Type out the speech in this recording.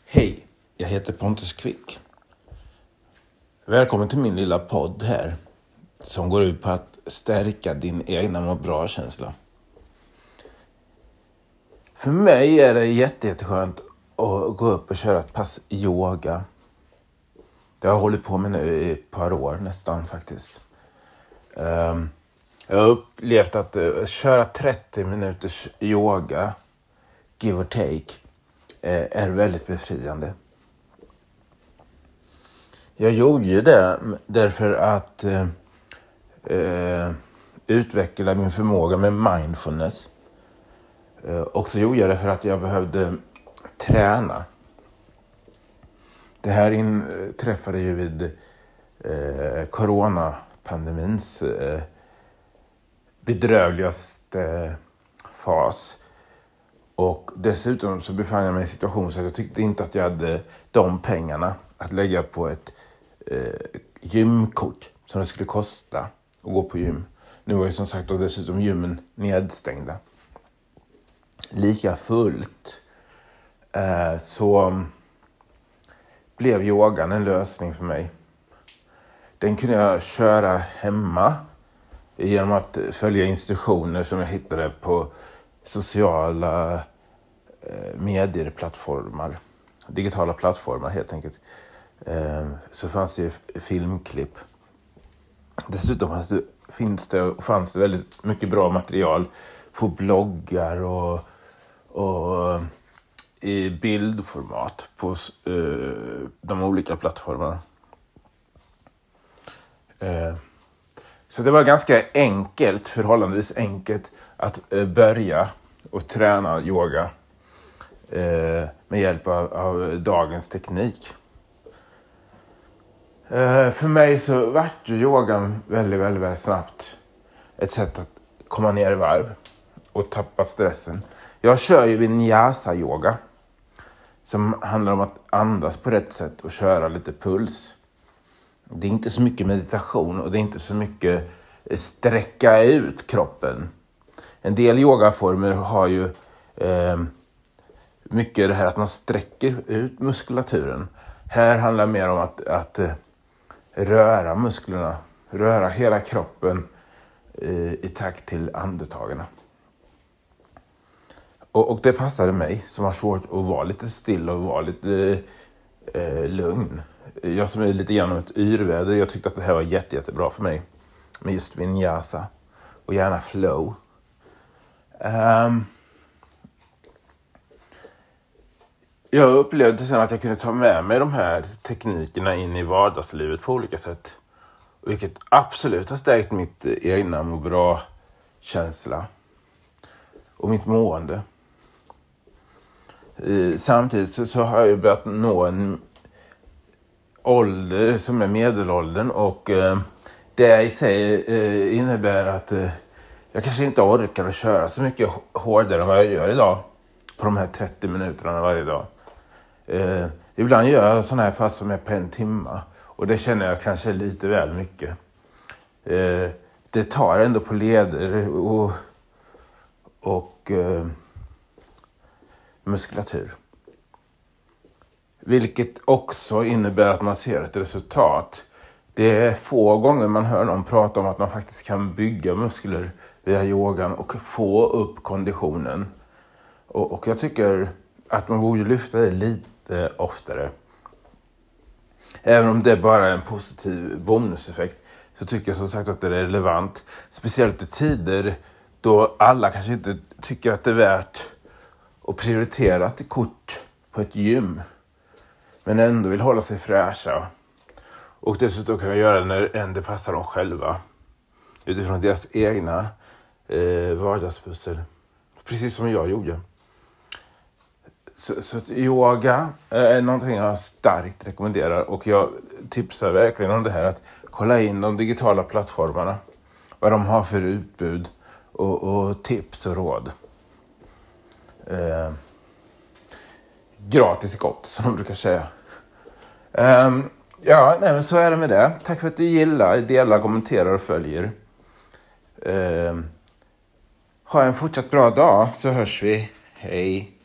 Hej, jag heter Pontus Quick. Välkommen till min lilla podd här som går ut på att stärka din egna må bra-känsla. För mig är det jätteskönt att gå upp och köra ett pass yoga. Det har jag hållit på med nu i ett par år nästan faktiskt. Jag har upplevt att köra 30 minuters yoga, give or take, är väldigt befriande. Jag gjorde ju det därför att utveckla min förmåga med mindfulness. Och så gjorde jag det för att jag behövde träna. Det här inträffade ju vid coronapandemins bedrövligaste fas. Och dessutom så befann jag mig i en situation så att jag tyckte inte att jag hade de pengarna att lägga på ett gymkort som det skulle kosta att gå på gym. Nu var ju som sagt och dessutom gymmen nedstängda. Lika fullt så blev yogan en lösning för mig. Den kunde jag köra hemma genom att följa instruktioner som jag hittade på sociala medieplattformar, digitala plattformar helt enkelt. Så fanns det filmklipp. Dessutom fanns det väldigt mycket bra material på bloggar och i bildformat på de olika plattformarna. Så det var ganska förhållandevis enkelt att börja och träna yoga med hjälp av dagens teknik. För mig så vart ju yogan väldigt, väldigt, väldigt snabbt ett sätt att komma ner i varv och tappa stressen. Jag kör ju vinyasa yoga som handlar om att andas på rätt sätt och köra lite puls. Det är inte så mycket meditation och det är inte så mycket sträcka ut kroppen. En del yogaformer har ju mycket det här att man sträcker ut muskulaturen. Här handlar det mer om att röra musklerna, röra hela kroppen i takt till andetagarna. Och det passade mig som har svårt att vara lite still och vara lite lugn. Jag som är lite grann ett yrväder, jag tyckte att det här var jättebra för mig. Med just vinyasa och gärna flow. Jag upplevde sen att jag kunde ta med mig de här teknikerna in i vardagslivet på olika sätt. Vilket absolut har stärkt mitt egna må bra-känsla. Och mitt mående. Samtidigt så har jag börjat nå en ålder som är medelåldern. Och det i sig innebär att jag kanske inte orkar att köra så mycket hårdare än vad jag gör idag. På de här 30 minuterna varje dag. Ibland gör jag sådana här pass som är på 1 timme. Och det känner jag kanske lite väl mycket. Det tar ändå på leder och muskulatur. Vilket också innebär att man ser ett resultat. Det är få gånger man hör någon prata om att man faktiskt kan bygga muskler via yogan och få upp konditionen. Och jag tycker att man borde lyfta det lite oftare. Även om det bara är en positiv bonuseffekt så tycker jag som sagt att det är relevant. Speciellt i tider då alla kanske inte tycker att det är värt att prioritera ett kort på ett gym. Men ändå vill hålla sig fräscha. Och dessutom kunna göra det när det passar dem själva. Utifrån deras egna vardagspussel. Precis som jag gjorde. Så yoga är någonting jag starkt rekommenderar. Och jag tipsar verkligen om det här. Att kolla in de digitala plattformarna. Vad de har för utbud. Och tips och råd. Gratis gott som de brukar säga. Men så är det med det. Tack för att du gillar, delar, kommenterar och följer. Ha en fortsatt bra dag så hörs vi. Hej!